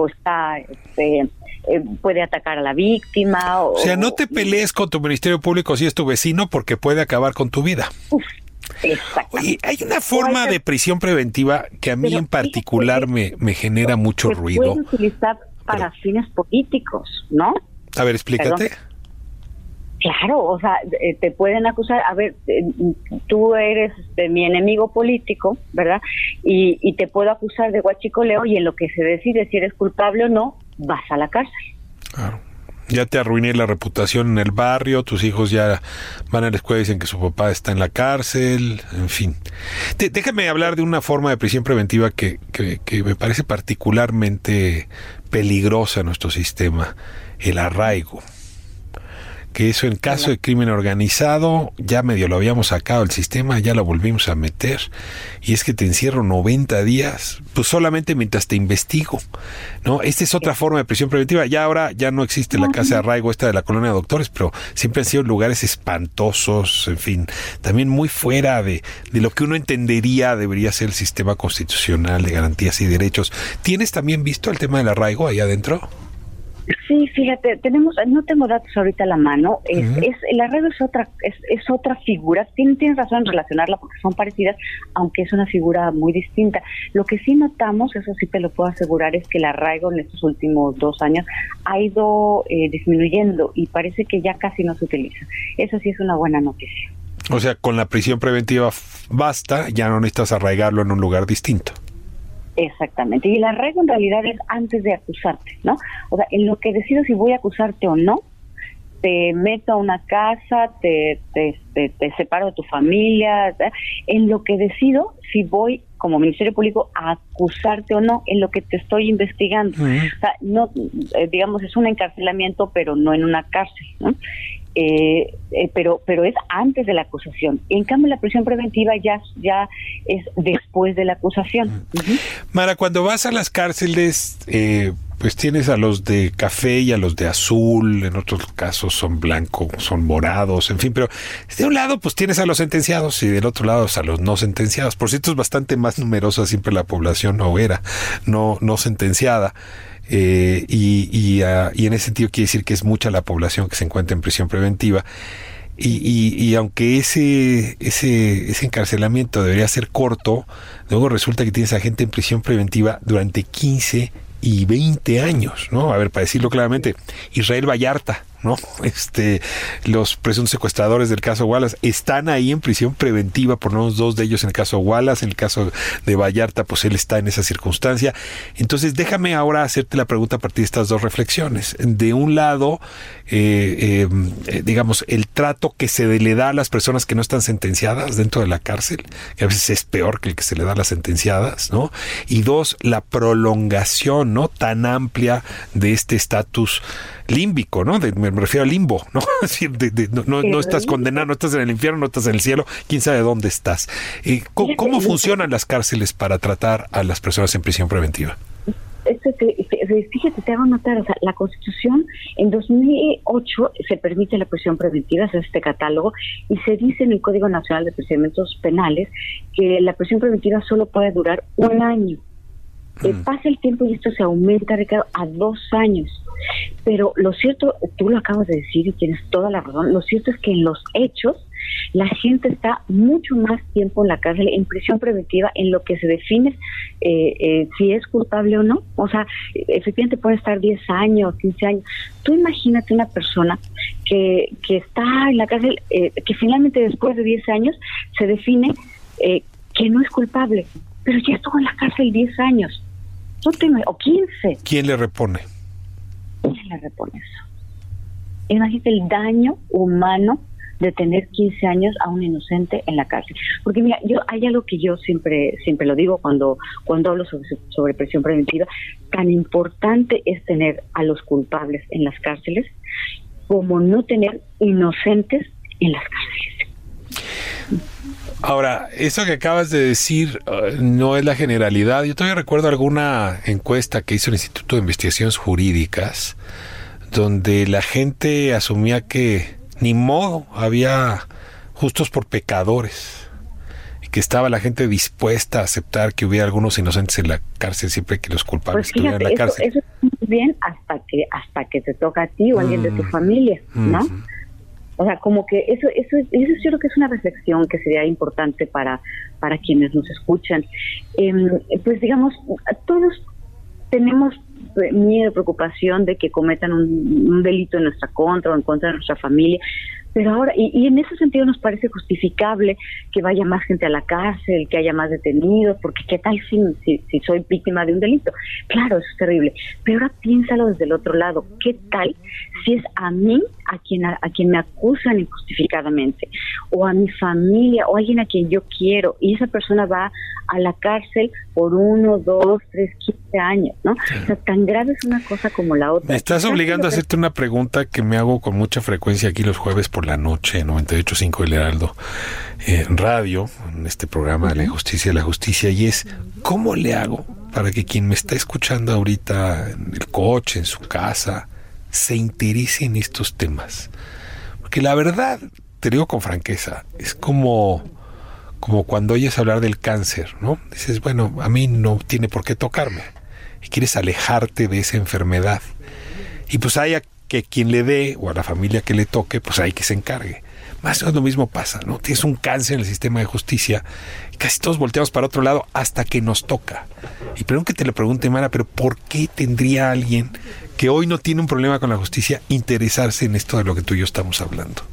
puede atacar a la víctima. O sea, no te pelees con tu Ministerio Público si es tu vecino, porque puede acabar con tu vida. Oye, hay una forma de prisión preventiva que a mí en particular me genera mucho ruido. Se puede utilizar para fines políticos, ¿no? A ver, explícate. Perdón. Claro, o sea, te pueden acusar, a ver, tú eres mi enemigo político, ¿verdad? Y te puedo acusar de huachicoleo y en lo que se decide si eres culpable o no, vas a la cárcel. Claro. Ya te arruiné la reputación en el barrio, tus hijos ya van a la escuela y dicen que su papá está en la cárcel, en fin. Déjame hablar de una forma de prisión preventiva que me parece particularmente peligrosa en nuestro sistema, el arraigo. Que eso en caso de crimen organizado, ya medio lo habíamos sacado del sistema, ya lo volvimos a meter, y es que te encierro 90 días, pues solamente mientras te investigo, ¿no? Esta es otra forma de prisión preventiva. Ya ahora ya no existe la casa de arraigo esta de la colonia de doctores, pero siempre han sido lugares espantosos, en fin, también muy fuera de lo que uno entendería debería ser el sistema constitucional de garantías y derechos. ¿Tienes también visto el tema del arraigo ahí adentro? Sí, fíjate, no tengo datos ahorita a la mano. El arraigo es otra figura. Tienes razón en relacionarla porque son parecidas, aunque es una figura muy distinta. Lo que sí notamos, eso sí te lo puedo asegurar, es que el arraigo en estos últimos 2 años ha ido disminuyendo y parece que ya casi no se utiliza. Eso sí es una buena noticia. O sea, con la prisión preventiva basta, ya no necesitas arraigarlo en un lugar distinto. Exactamente, y el arraigo en realidad es antes de acusarte, ¿no? O sea, en lo que decido si voy a acusarte o no, te meto a una casa, te separo de tu familia, ¿sí? En lo que decido si voy como Ministerio Público a acusarte o no, en lo que te estoy investigando. O sea, no, digamos, es un encarcelamiento, pero no en una cárcel, ¿no? Pero es antes de la acusación. En cambio, la prisión preventiva ya es después de la acusación. Mara, cuando vas a las cárceles, pues tienes a los de café y a los de azul, en otros casos son blancos, son morados, en fin, pero de un lado pues tienes a los sentenciados y del otro lado a los no sentenciados. Por cierto, es bastante más numerosa siempre la población hoguera, no sentenciada. Y en ese sentido quiere decir que es mucha la población que se encuentra en prisión preventiva y aunque ese encarcelamiento debería ser corto, luego resulta que tienes a gente en prisión preventiva durante 15 y 20 años, ¿no? A ver, para decirlo claramente, Israel Vallarta, ¿no? Los presuntos secuestradores del caso Wallace están ahí en prisión preventiva, por lo menos 2 de ellos en el caso Wallace. En el caso de Vallarta, pues él está en esa circunstancia. Entonces, déjame ahora hacerte la pregunta a partir de estas 2 reflexiones. De un lado, digamos, el trato que se le da a las personas que no están sentenciadas dentro de la cárcel, que a veces es peor que el que se le da a las sentenciadas, ¿no? Y 2, la prolongación, ¿no?, tan amplia de este estatus límbico, ¿no? Me refiero al limbo, ¿no? Es decir, no estás condenado, no estás en el infierno, no estás en el cielo, quién sabe dónde estás. ¿Cómo funcionan las cárceles para tratar a las personas en prisión preventiva? Fíjate, te hago notar, o sea, la Constitución en 2008 se permite la prisión preventiva, es este catálogo, y se dice en el Código Nacional de Procedimientos Penales que la prisión preventiva solo puede durar 1 año. Pasa el tiempo y esto se aumenta, Ricardo, a 2 años. Pero lo cierto, tú lo acabas de decir y tienes toda la razón, lo cierto es que en los hechos la gente está mucho más tiempo en la cárcel, en prisión preventiva, en lo que se define si es culpable o no. O sea, efectivamente puede estar 10 años, 15 años. Tú imagínate una persona que está en la cárcel, que finalmente después de 10 años se define que no es culpable, pero ya estuvo en la cárcel 10 años. O 15. ¿Quién le repone? ¿Quién le repone eso? Imagínate el daño humano de tener 15 años a un inocente en la cárcel. Porque mira, hay algo que yo siempre lo digo cuando hablo sobre prisión preventiva. Tan importante es tener a los culpables en las cárceles como no tener inocentes en las cárceles. Ahora, eso que acabas de decir no es la generalidad. Yo todavía recuerdo alguna encuesta que hizo el Instituto de Investigaciones Jurídicas, donde la gente asumía que ni modo, había justos por pecadores, y que estaba la gente dispuesta a aceptar que hubiera algunos inocentes en la cárcel siempre que los culpables estuvieran en la cárcel. Eso es muy bien hasta que te toca a ti o a alguien de tu familia, ¿no? O sea, como que eso yo creo que es una reflexión que sería importante para quienes nos escuchan. Pues digamos, todos tenemos miedo, preocupación de que cometan un delito en nuestra contra o en contra de nuestra familia, Pero ahora, y en ese sentido nos parece justificable que vaya más gente a la cárcel, que haya más detenidos, porque ¿qué tal si soy víctima de un delito? Claro, eso es terrible. Pero ahora piénsalo desde el otro lado. ¿Qué tal si es a mí a quien me acusan injustificadamente? O a mi familia, o a alguien a quien yo quiero, y esa persona va a la cárcel por 1, 2, 3, 15 años, ¿no? Sí. O sea, tan grave es una cosa como la otra. Me estás obligando a hacerte una pregunta que me hago con mucha frecuencia aquí los jueves por la noche, en 98.5 El Heraldo Radio, en este programa de La Injusticia y la Justicia, y es, ¿cómo le hago para que quien me está escuchando ahorita en el coche, en su casa, se interese en estos temas? Porque la verdad, te digo con franqueza, es como cuando oyes hablar del cáncer, ¿no? Dices, bueno, a mí no tiene por qué tocarme, y quieres alejarte de esa enfermedad, y pues haya que quien le dé, o a la familia que le toque, pues hay que se encargue. Más o menos lo mismo pasa, ¿no? Tienes un cáncer en el sistema de justicia, y casi todos volteamos para otro lado hasta que nos toca. Y perdón que te lo pregunte, Mara, pero ¿por qué tendría alguien que hoy no tiene un problema con la justicia interesarse en esto de lo que tú y yo estamos hablando?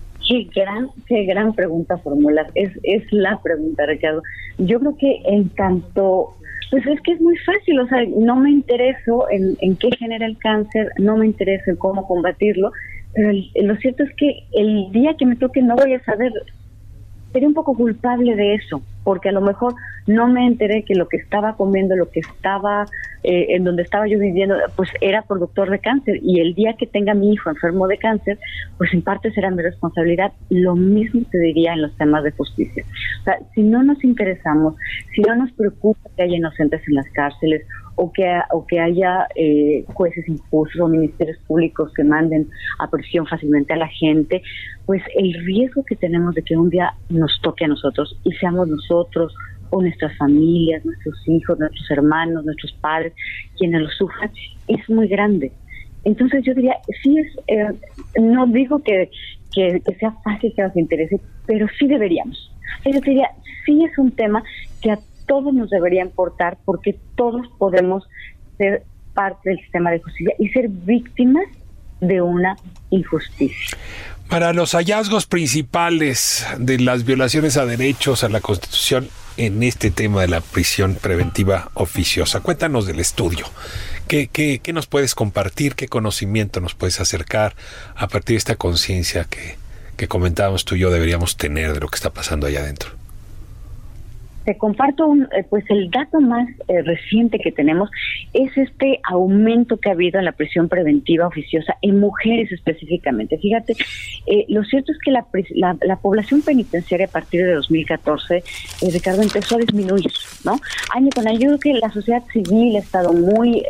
Qué gran pregunta formulas. Es la pregunta, Ricardo. Yo creo que en tanto, pues es que es muy fácil, o sea, no me intereso en qué genera el cáncer, no me intereso en cómo combatirlo, pero lo cierto es que el día que me toque no voy a saber, sería un poco culpable de eso, porque a lo mejor no me enteré que lo que estaba comiendo, lo que estaba, en donde estaba yo viviendo, pues era productor de cáncer, y el día que tenga mi hijo enfermo de cáncer, pues en parte será mi responsabilidad. Lo mismo te diría en los temas de justicia. O sea, si no nos interesamos, si no nos preocupa que haya inocentes en las cárceles, o que haya jueces injustos o ministerios públicos que manden a prisión fácilmente a la gente, pues el riesgo que tenemos de que un día nos toque a nosotros y seamos nosotros o nuestras familias, nuestros hijos, nuestros hermanos, nuestros padres, quienes lo sufran, es muy grande. Entonces yo diría, sí no digo que sea fácil que nos interese, pero sí deberíamos. Yo diría, sí es un tema que a todos nos debería importar, porque todos podemos ser parte del sistema de justicia y ser víctimas de una injusticia. Para los hallazgos principales de las violaciones a derechos, a la Constitución, en este tema de la prisión preventiva oficiosa, cuéntanos del estudio. ¿Qué nos puedes compartir? ¿Qué conocimiento nos puedes acercar a partir de esta conciencia que comentábamos tú y yo deberíamos tener de lo que está pasando allá adentro? Te comparto pues el dato más reciente que tenemos es este aumento que ha habido en la prisión preventiva oficiosa en mujeres específicamente. Fíjate, lo cierto es que la población penitenciaria a partir de 2014, Ricardo, empezó a disminuir, ¿no? Año con año. Yo creo que la sociedad civil ha estado muy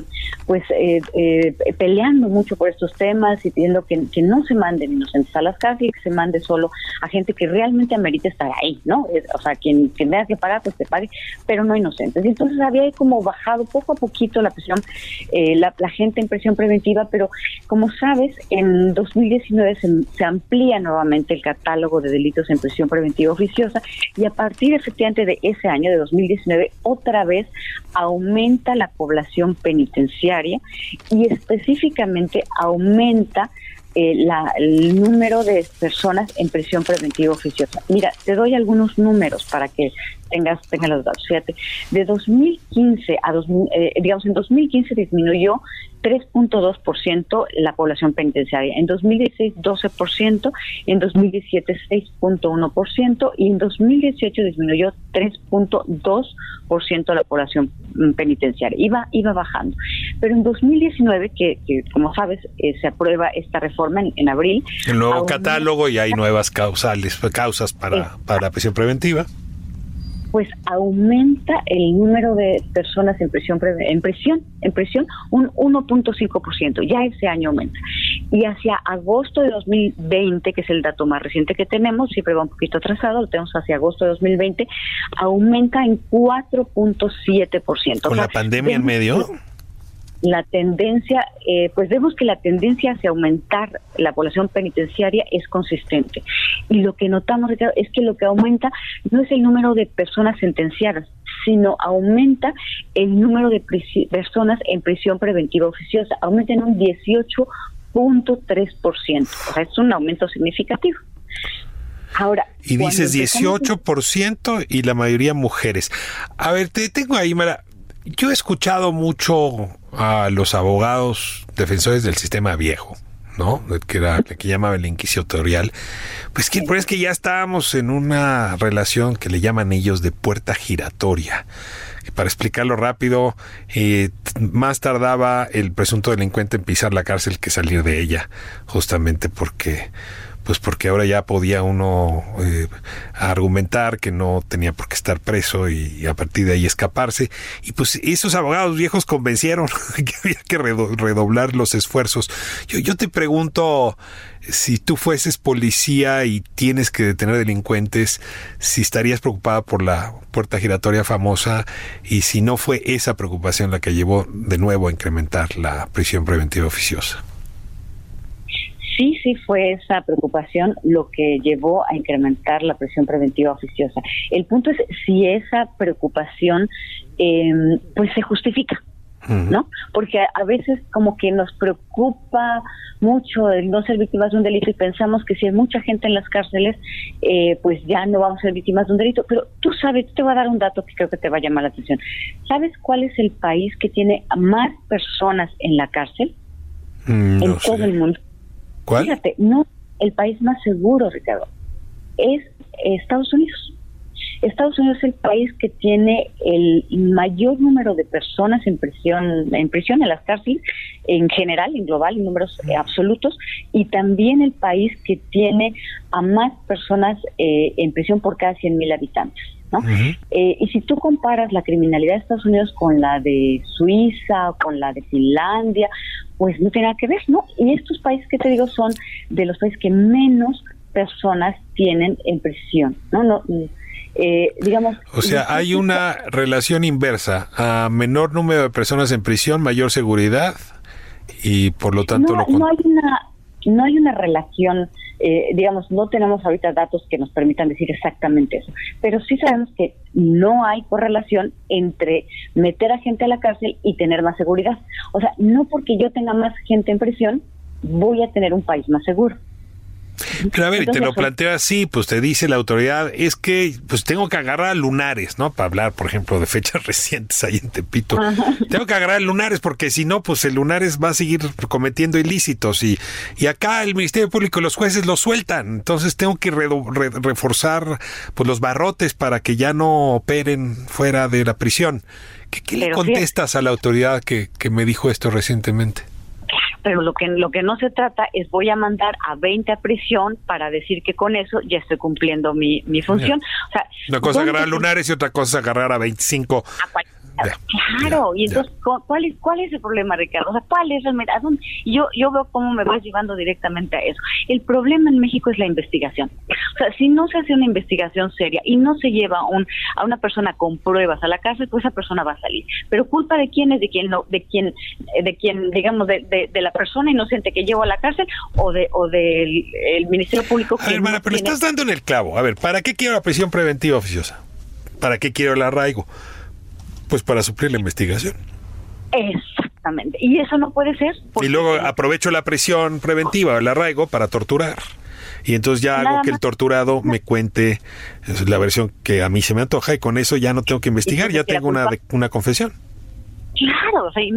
peleando mucho por estos temas y pidiendo que no se manden inocentes a las cárceles, que se mande solo a gente que realmente amerita estar ahí, ¿no? O sea, quien tenga que pagar, pues te pague, pero no inocentes. Y entonces había como bajado poco a poquito la prisión, la gente en prisión preventiva, pero como sabes, en 2019 se amplía nuevamente el catálogo de delitos en prisión preventiva oficiosa, y a partir efectivamente de ese año, de 2019, otra vez aumenta la población penitenciaria y específicamente aumenta el número de personas en prisión preventiva oficiosa. Mira, te doy algunos números para que tengas los datos. Fíjate, de 2015 a en 2015 disminuyó 3.2% la población penitenciaria, en 2016 12%, en 2017 6.1% y en 2018 disminuyó 3.2% la población penitenciaria. Iba bajando. Pero en 2019, que como sabes, se aprueba esta reforma en abril. El nuevo catálogo, y hay nuevas causas para la prisión preventiva. Pues aumenta el número de personas en prisión un 1.5%, ya ese año aumenta. Y hacia agosto de 2020, que es el dato más reciente que tenemos, siempre va un poquito atrasado, lo tenemos hacia agosto de 2020, aumenta en 4.7%. ¿Con la pandemia en medio? La tendencia, pues vemos que la tendencia hacia aumentar la población penitenciaria es consistente. Y lo que notamos, Ricardo, es que lo que aumenta no es el número de personas sentenciadas, sino aumenta el número de personas en prisión preventiva oficiosa. Aumenta en un 18%. 0.3%. O sea, es un aumento significativo. Ahora, y dices 18% y la mayoría mujeres. A ver, te tengo ahí, Mara. Yo he escuchado mucho a los abogados defensores del sistema viejo, ¿no? Que era la que llamaba el inquisitorial. Pues que es que ya estábamos en una relación que le llaman ellos de puerta giratoria. Para explicarlo rápido, más tardaba el presunto delincuente en pisar la cárcel que salir de ella, justamente porque ahora ya podía uno argumentar que no tenía por qué estar preso y a partir de ahí escaparse. Y pues esos abogados viejos convencieron que había que redoblar los esfuerzos. Yo te pregunto, si tú fueses policía y tienes que detener delincuentes, si estarías preocupada por la puerta giratoria famosa y si no fue esa preocupación la que llevó de nuevo a incrementar la prisión preventiva oficiosa. Sí fue esa preocupación lo que llevó a incrementar la prisión preventiva oficiosa. El punto es si esa preocupación pues se justifica, ¿no? Porque a veces como que nos preocupa mucho el no ser víctimas de un delito y pensamos que si hay mucha gente en las cárceles, pues ya no vamos a ser víctimas de un delito. Pero tú sabes, te voy a dar un dato que creo que te va a llamar la atención. ¿Sabes cuál es el país que tiene más personas en la cárcel? No sé. Todo el mundo. ¿Cuál? Fíjate, no, el país más seguro, Ricardo, es Estados Unidos. Estados Unidos es el país que tiene el mayor número de personas en prisión en las cárceles, en general, en global, en números absolutos, y también el país que tiene a más personas en prisión por cada 100,000 habitantes, ¿no? Y si tú comparas la criminalidad de Estados Unidos con la de Suiza o con la de Finlandia, pues no tiene nada que ver, ¿no? Y estos países que te digo son de los países que menos personas tienen en prisión, ¿no? Digamos, o sea, hay una relación inversa: a menor número de personas en prisión, mayor seguridad, y por lo tanto no hay una relación, digamos, no tenemos ahorita datos que nos permitan decir exactamente eso, pero sí sabemos que no hay correlación entre meter a gente a la cárcel y tener más seguridad. O sea, no porque yo tenga más gente en prisión voy a tener un país más seguro. Pero a ver, entonces, te lo plantea así, pues te dice la autoridad, es que pues tengo que agarrar a lunares, ¿no? Para hablar, por ejemplo, de fechas recientes ahí en Tepito. Tengo que agarrar a lunares porque si no, pues el lunares va a seguir cometiendo ilícitos y acá el Ministerio Público y los jueces lo sueltan. Entonces tengo que reforzar pues los barrotes para que ya no operen fuera de la prisión. ¿Qué le contestas a la autoridad que me dijo esto recientemente? Pero lo que no se trata es voy a mandar a 20 a prisión para decir que con eso ya estoy cumpliendo mi función. O sea, una cosa es agarrar a lunares y otra cosa es agarrar a 25. Claro, y entonces, ¿cuál es el problema, Ricardo? O sea, ¿cuál es realmente? Yo veo cómo me vas llevando directamente a eso. El problema en México es la investigación. O sea, si no se hace una investigación seria y no se lleva a una persona con pruebas a la cárcel, pues esa persona va a salir. Pero culpa de quién es, de quién, digamos, de la persona inocente que llevó a la cárcel o del el Ministerio Público. A ver, Mara, pero estás dando en el clavo. A ver, ¿para qué quiero la prisión preventiva oficiosa? ¿Para qué quiero el arraigo? Pues para suplir la investigación. Exactamente. Y eso no puede ser. Y luego aprovecho la prisión preventiva, el arraigo, para torturar. Y entonces ya hago que el torturado me cuente la versión que a mí se me antoja y con eso ya no tengo que investigar, ya tengo una confesión. Claro, o sea,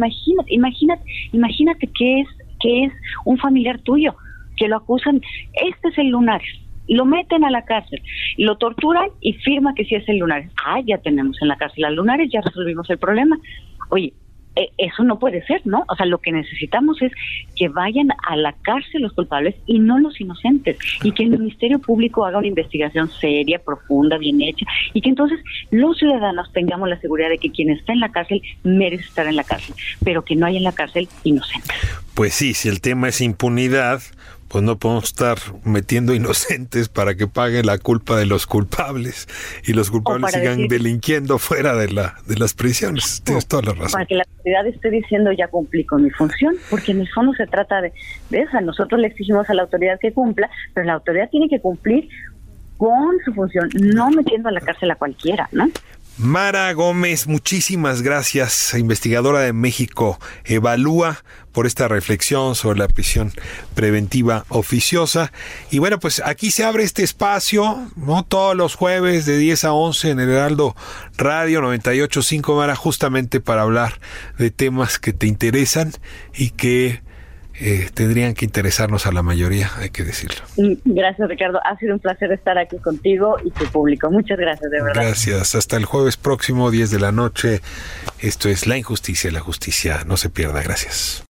imagínate que es un familiar tuyo, que lo acusan, este es el Lunares. Lo meten a la cárcel, lo torturan y firma que sí es el Lunares. Ya tenemos en la cárcel a Lunares, ya resolvimos el problema. Oye, eso no puede ser, ¿no? O sea, lo que necesitamos es que vayan a la cárcel los culpables y no los inocentes, y que el Ministerio Público haga una investigación seria, profunda, bien hecha, y que entonces los ciudadanos tengamos la seguridad de que quien está en la cárcel merece estar en la cárcel, pero que no haya en la cárcel inocentes. Pues sí, si el tema es impunidad, pues no podemos estar metiendo inocentes para que paguen la culpa de los culpables y los culpables sigan delinquiendo fuera de las prisiones. Tienes toda la razón. Para que la autoridad esté diciendo ya cumplí con mi función, porque en el fondo se trata de eso. Nosotros le exigimos a la autoridad que cumpla, pero la autoridad tiene que cumplir con su función, no metiendo a la cárcel a cualquiera, ¿no? Mara Gómez, muchísimas gracias, investigadora de México Evalúa, por esta reflexión sobre la prisión preventiva oficiosa. Y bueno, pues aquí se abre este espacio, ¿no? Todos los jueves de 10 a 11 en el Heraldo Radio 98.5, Mara, justamente para hablar de temas que te interesan y que tendrían que interesarnos a la mayoría, hay que decirlo. Gracias, Ricardo. Ha sido un placer estar aquí contigo y tu público. Muchas gracias, de verdad. Gracias. Hasta el jueves próximo, 10 de la noche. Esto es La Injusticia, la Justicia no se pierda. Gracias.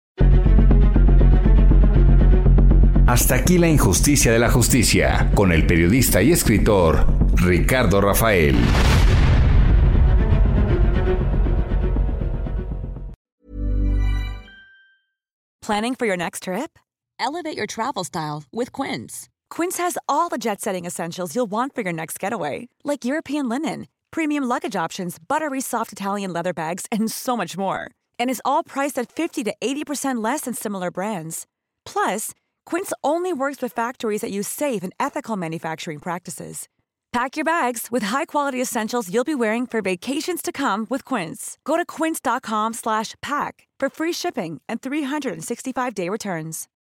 Hasta aquí La Injusticia de la Justicia, con el periodista y escritor Ricardo Rafael. Planning for your next trip? Elevate your travel style with Quince. Quince has all the jet-setting essentials you'll want for your next getaway, like European linen, premium luggage options, buttery soft Italian leather bags, and so much more. And is all priced at 50 to 80% less than similar brands. Plus, Quince only works with factories that use safe and ethical manufacturing practices. Pack your bags with high-quality essentials you'll be wearing for vacations to come with Quince. Go to quince.com/pack for free shipping and 365-day returns.